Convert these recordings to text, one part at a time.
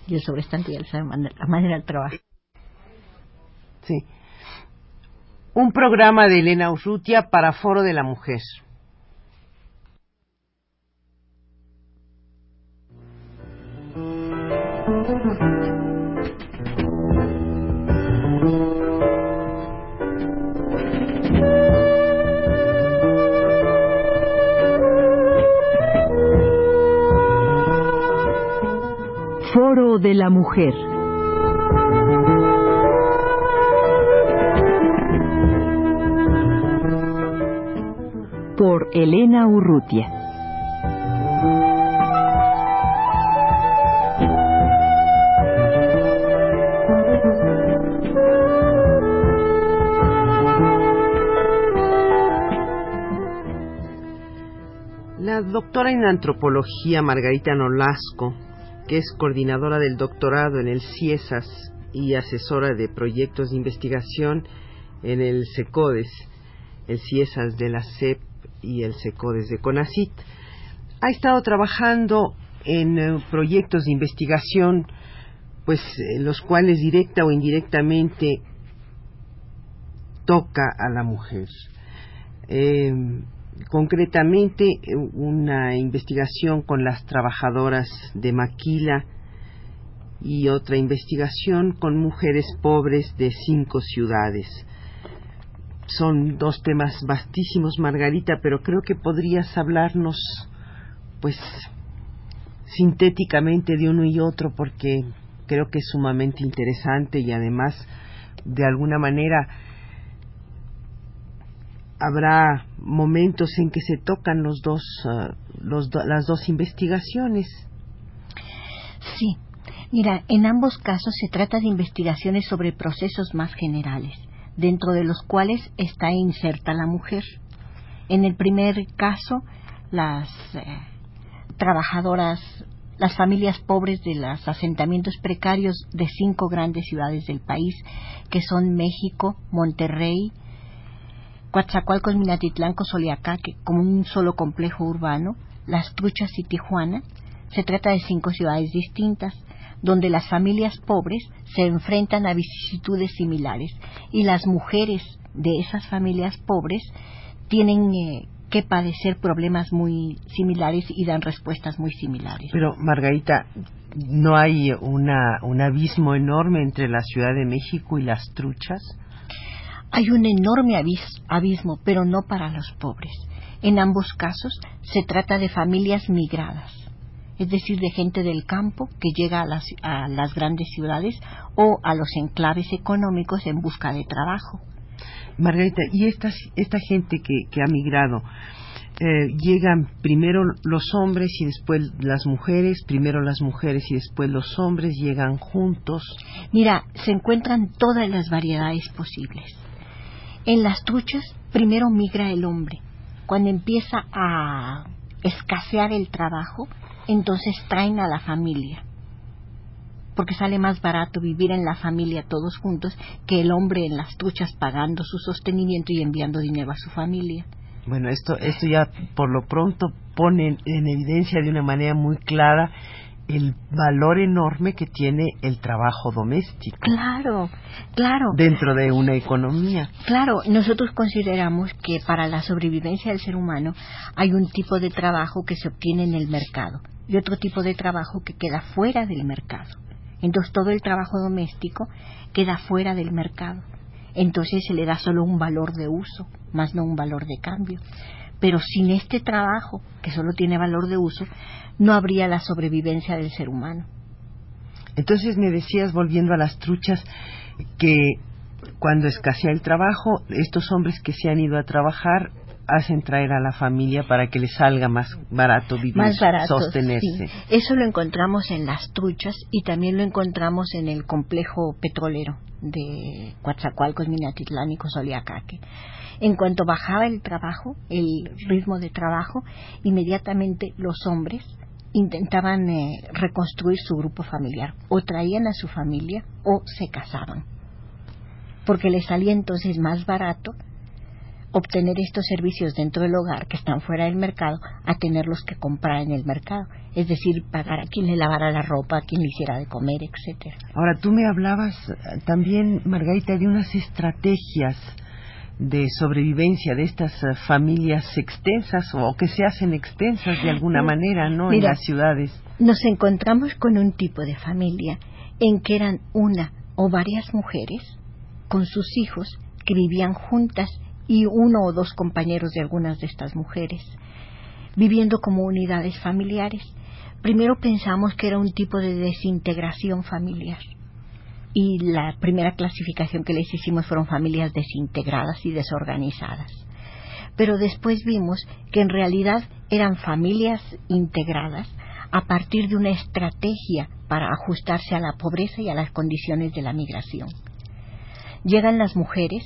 y el sobrestante ya sabe la manera del trabajo. Sí. Un programa de Elena Urrutia para Foro de la Mujer. Foro de la Mujer. Por Elena Urrutia. La doctora en antropología Margarita Nolasco, que es coordinadora del doctorado en el CIESAS y asesora de proyectos de investigación en el SECODES, el CIESAS de la SEP y el SECODES de CONACYT, ha estado trabajando en proyectos de investigación, pues los cuales directa o indirectamente toca a la mujer. Concretamente, una investigación con las trabajadoras de Maquila y otra investigación con mujeres pobres de 5 ciudades. Son 2 temas vastísimos, Margarita, pero creo que podrías hablarnos, pues, sintéticamente de uno y otro, porque creo que es sumamente interesante y además, de alguna manera, habrá momentos en que se tocan las dos investigaciones. Sí, mira, en ambos casos se trata de investigaciones sobre procesos más generales, dentro de los cuales está inserta la mujer. En el primer caso, las trabajadoras, las familias pobres de los asentamientos precarios de 5 grandes ciudades del país, que son México, Monterrey, Coatzacoalcos, Minatitlán, Cozoleacaque, como un solo complejo urbano, Las Truchas y Tijuana. Se trata de 5 ciudades distintas, donde las familias pobres se enfrentan a vicisitudes similares y las mujeres de esas familias pobres tienen que padecer problemas muy similares y dan respuestas muy similares. Pero, Margarita, ¿no hay un abismo enorme entre la Ciudad de México y Las Truchas? Hay un enorme abismo, pero no para los pobres. En ambos casos se trata de familias migradas, es decir, de gente del campo que llega a las grandes ciudades o a los enclaves económicos en busca de trabajo. Margarita, ¿y esta gente que ha migrado, llegan primero los hombres y después las mujeres, primero las mujeres y después los hombres, llegan juntos? Mira, se encuentran todas las variedades posibles. En Las Truchas, primero migra el hombre. Cuando empieza a escasear el trabajo, entonces traen a la familia, porque sale más barato vivir en la familia todos juntos que el hombre en Las Truchas pagando su sostenimiento y enviando dinero a su familia. Bueno, esto ya por lo pronto pone en evidencia de una manera muy clara el valor enorme que tiene el trabajo doméstico. Claro, claro. Dentro de una economía. Claro, nosotros consideramos que para la sobrevivencia del ser humano hay un tipo de trabajo que se obtiene en el mercado y otro tipo de trabajo que queda fuera del mercado. Entonces todo el trabajo doméstico queda fuera del mercado. Entonces se le da solo un valor de uso, más no un valor de cambio. Pero sin este trabajo, que solo tiene valor de uso, no habría la sobrevivencia del ser humano. Entonces me decías, volviendo a Las Truchas, que cuando escasea el trabajo, estos hombres que se han ido a trabajar hacen traer a la familia para que les salga más barato vivir, más barato, sostenerse. Sí. Eso lo encontramos en Las Truchas y también lo encontramos en el complejo petrolero de Coatzacoalcos, Minatitlán y Cozoleacaque. En cuanto bajaba el trabajo, el ritmo de trabajo, inmediatamente los hombres intentaban reconstruir su grupo familiar, o traían a su familia o se casaban, porque les salía entonces más barato obtener estos servicios dentro del hogar que están fuera del mercado a tenerlos que comprar en el mercado, es decir, pagar a quien le lavara la ropa, a quien le hiciera de comer, etcétera. Ahora, tú me hablabas también, Margarita, de unas estrategias de sobrevivencia de estas familias extensas o que se hacen extensas de alguna manera, ¿no? Mira, en las ciudades. Nos encontramos con un tipo de familia en que eran una o varias mujeres con sus hijos que vivían juntas y uno o dos compañeros de algunas de estas mujeres, viviendo como unidades familiares. Primero pensamos que era un tipo de desintegración familiar y la primera clasificación que les hicimos fueron familias desintegradas y desorganizadas. Pero después vimos que en realidad eran familias integradas a partir de una estrategia para ajustarse a la pobreza y a las condiciones de la migración. Llegan las mujeres,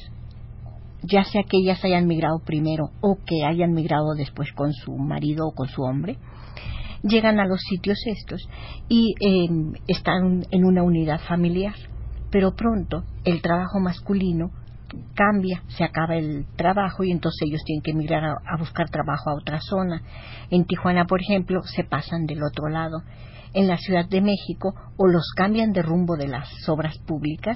ya sea que ellas hayan migrado primero o que hayan migrado después con su marido o con su hombre, llegan a los sitios estos y están en una unidad familiar, pero pronto el trabajo masculino cambia, se acaba el trabajo y entonces ellos tienen que emigrar a buscar trabajo a otra zona. En Tijuana, por ejemplo, se pasan del otro lado. En la Ciudad de México o los cambian de rumbo de las obras públicas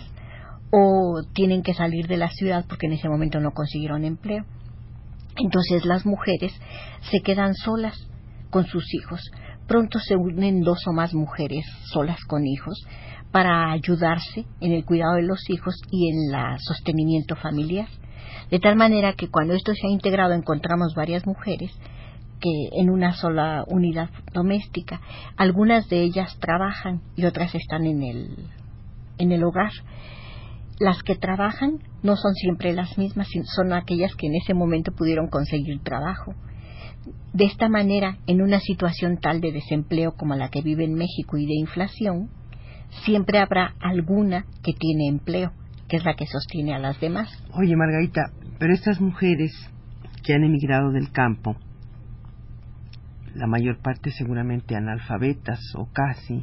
o tienen que salir de la ciudad porque en ese momento no consiguieron empleo. Entonces las mujeres se quedan solas con sus hijos. Pronto se unen dos o más mujeres solas con hijos para ayudarse en el cuidado de los hijos y en el sostenimiento familiar. De tal manera que cuando esto se ha integrado encontramos varias mujeres que en una sola unidad doméstica. Algunas de ellas trabajan y otras están en el hogar. Las que trabajan no son siempre las mismas, son aquellas que en ese momento pudieron conseguir trabajo. De esta manera, en una situación tal de desempleo como la que vive en México y de inflación, siempre habrá alguna que tiene empleo, que es la que sostiene a las demás. Oye, Margarita, pero estas mujeres que han emigrado del campo, la mayor parte seguramente analfabetas o casi,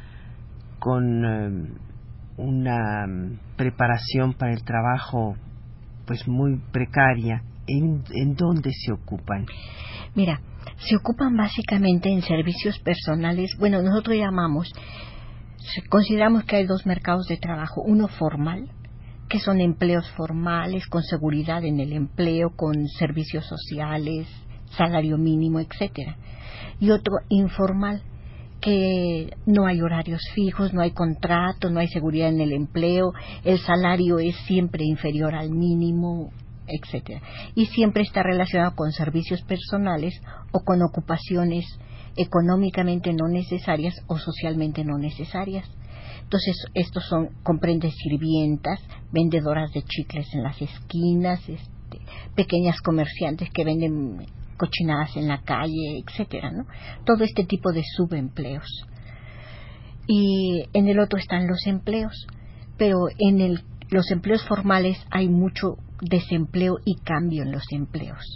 con una preparación para el trabajo pues muy precaria, ¿en dónde se ocupan? Mira, se ocupan básicamente en servicios personales. Bueno, nosotros consideramos que hay dos mercados de trabajo, uno formal, que son empleos formales, con seguridad en el empleo, con servicios sociales, salario mínimo, etcétera, y otro informal, que no hay horarios fijos, no hay contrato, no hay seguridad en el empleo, el salario es siempre inferior al mínimo, etcétera, y siempre está relacionado con servicios personales o con ocupaciones económicamente no necesarias o socialmente no necesarias. Entonces, estos comprende sirvientas, vendedoras de chicles en las esquinas, pequeñas comerciantes que venden cochinadas en la calle, etcétera, ¿no? Todo este tipo de subempleos. Y en el otro están los empleos, pero en los empleos formales hay mucho desempleo y cambio en los empleos.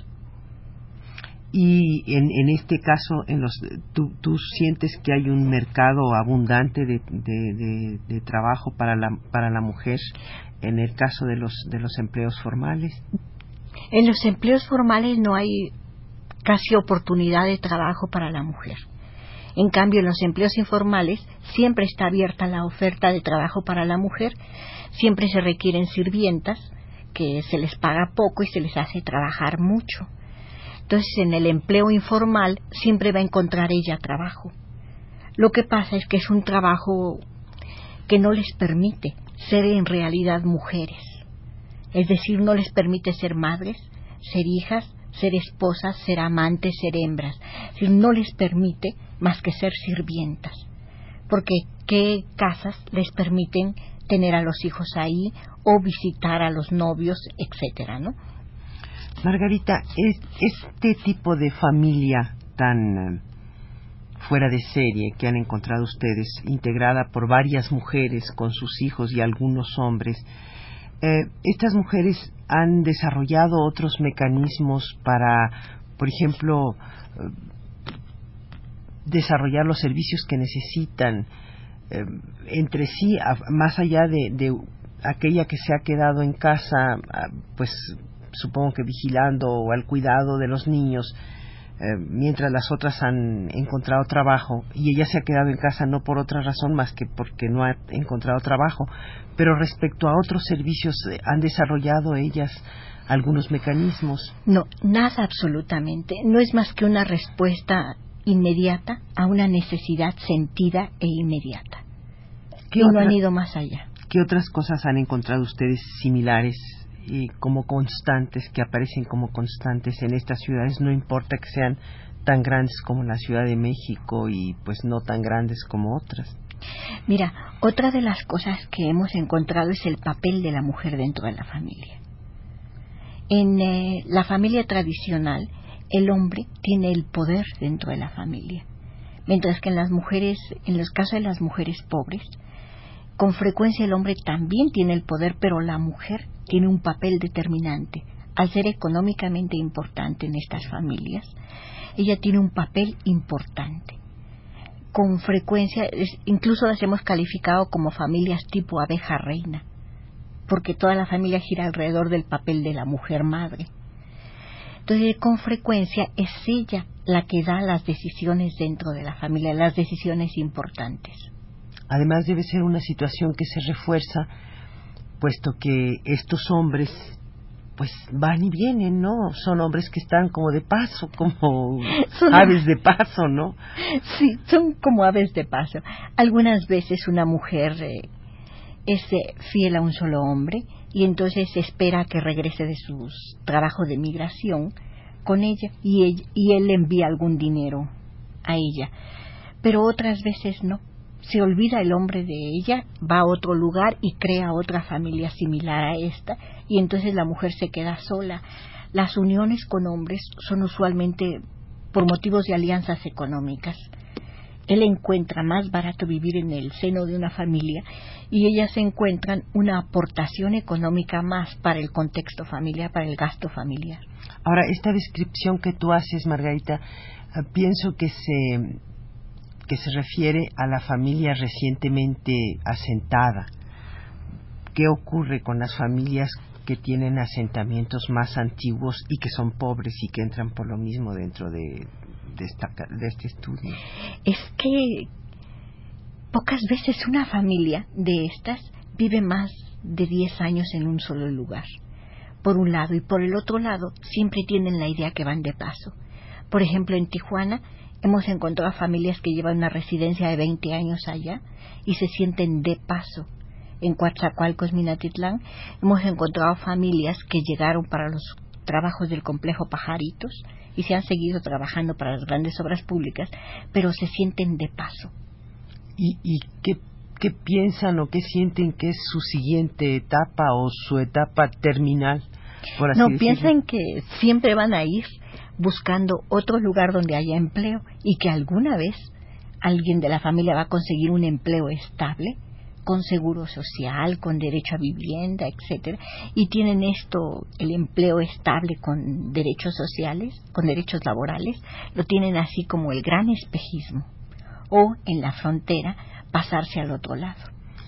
Y en este caso, ¿tú sientes que hay un mercado abundante de trabajo para la mujer en el caso de los empleos formales? En los empleos formales no hay casi oportunidad de trabajo para la mujer. En cambio, en los empleos informales siempre está abierta la oferta de trabajo para la mujer, siempre se requieren sirvientas que se les paga poco y se les hace trabajar mucho. Entonces, en el empleo informal siempre va a encontrar ella trabajo. Lo que pasa es que es un trabajo que no les permite ser en realidad mujeres. Es decir, no les permite ser madres, ser hijas, ser esposas, ser amantes, ser hembras. Es decir, no les permite más que ser sirvientas. Porque ¿qué casas les permiten tener a los hijos ahí o visitar a los novios, etcétera, ¿no? Margarita, este tipo de familia tan fuera de serie que han encontrado ustedes, integrada por varias mujeres con sus hijos y algunos hombres, estas mujeres han desarrollado otros mecanismos para, por ejemplo, desarrollar los servicios que necesitan entre sí, más allá de aquella que se ha quedado en casa, pues supongo que vigilando o al cuidado de los niños, mientras las otras han encontrado trabajo, y ella se ha quedado en casa no por otra razón más que porque no ha encontrado trabajo. Pero respecto a otros servicios, ¿han desarrollado ellas algunos mecanismos? No, nada absolutamente. No es más que una respuesta inmediata a una necesidad sentida e inmediata. Y no han ido más allá. ¿Qué otras cosas han encontrado ustedes similares y como constantes, que aparecen como constantes en estas ciudades? No importa que sean tan grandes como la Ciudad de México y pues no tan grandes como otras. Mira, otra de las cosas que hemos encontrado es el papel de la mujer dentro de la familia. En la familia tradicional, el hombre tiene el poder dentro de la familia, mientras que en los casos de las mujeres pobres, con frecuencia el hombre también tiene el poder, pero la mujer tiene un papel determinante. Al ser económicamente importante en estas familias, ella tiene un papel importante. Con frecuencia, incluso las hemos calificado como familias tipo abeja reina, porque toda la familia gira alrededor del papel de la mujer madre. Entonces, con frecuencia es ella la que da las decisiones dentro de la familia, las decisiones importantes. Además, debe ser una situación que se refuerza, puesto que estos hombres pues van y vienen, ¿no? Son hombres que están como de paso, como aves de paso, ¿no? Sí, son como aves de paso. Algunas veces una mujer es fiel a un solo hombre y entonces espera que regrese de sus trabajos de migración con ella y él le envía algún dinero a ella. Pero otras veces no. Se olvida el hombre de ella, va a otro lugar y crea otra familia similar a esta, y entonces la mujer se queda sola. Las uniones con hombres son usualmente por motivos de alianzas económicas. Él encuentra más barato vivir en el seno de una familia y ellas encuentran una aportación económica más para el contexto familiar, para el gasto familiar. Ahora, esta descripción que tú haces, Margarita, pienso que se refiere a la familia recientemente asentada. ¿Qué ocurre con las familias que tienen asentamientos más antiguos y que son pobres y que entran por lo mismo dentro de este estudio? Es que pocas veces una familia de estas vive más de 10 años en un solo lugar, por un lado, y por el otro lado siempre tienen la idea que van de paso. Por ejemplo, en Tijuana hemos encontrado familias que llevan una residencia de 20 años allá y se sienten de paso. En Coatzacoalcos, Minatitlán, hemos encontrado familias que llegaron para los trabajos del complejo Pajaritos y se han seguido trabajando para las grandes obras públicas, pero se sienten de paso. ¿Y qué piensan o qué sienten que es su siguiente etapa o su etapa terminal, por así decirlo? Piensan que siempre van a ir buscando otro lugar donde haya empleo y que alguna vez alguien de la familia va a conseguir un empleo estable, con seguro social, con derecho a vivienda, etcétera, y tienen el empleo estable con derechos sociales, con derechos laborales, lo tienen así como el gran espejismo, o en la frontera pasarse al otro lado.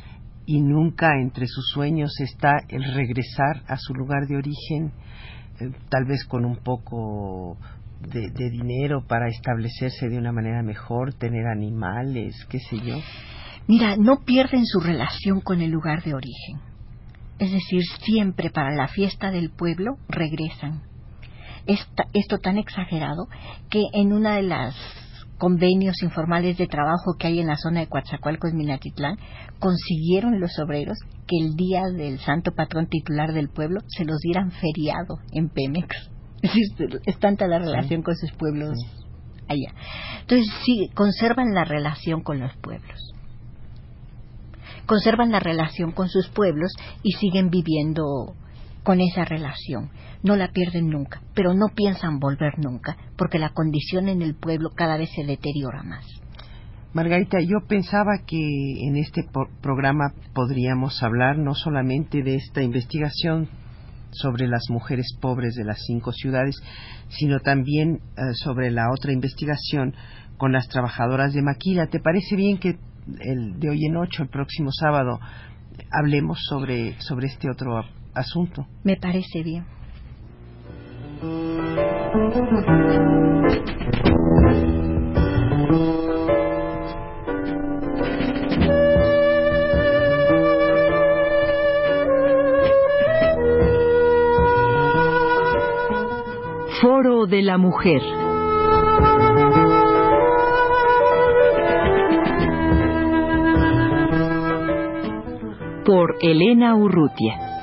Y nunca entre sus sueños está el regresar a su lugar de origen, tal vez con un poco de dinero para establecerse de una manera mejor, tener animales, qué sé yo. Mira, no pierden su relación con el lugar de origen. Es decir, siempre para la fiesta del pueblo regresan. Esto tan exagerado que en una de las convenios informales de trabajo que hay en la zona de Coatzacoalcos, Minatitlán, consiguieron los obreros que el día del santo patrón titular del pueblo se los dieran feriado en Pemex. Es decir, es tanta la relación con sus pueblos allá. Entonces sí, conservan la relación con los pueblos. Conservan la relación con sus pueblos y siguen viviendo con esa relación. No la pierden nunca, pero no piensan volver nunca, porque la condición en el pueblo cada vez se deteriora más. Margarita, yo pensaba que en este programa podríamos hablar no solamente de esta investigación sobre las mujeres pobres de las 5 ciudades, sino también sobre la otra investigación con las trabajadoras de Maquila. ¿Te parece bien que de hoy en 8, el próximo sábado, hablemos sobre este otro asunto? Me parece bien. Foro de la Mujer. Por Elena Urrutia.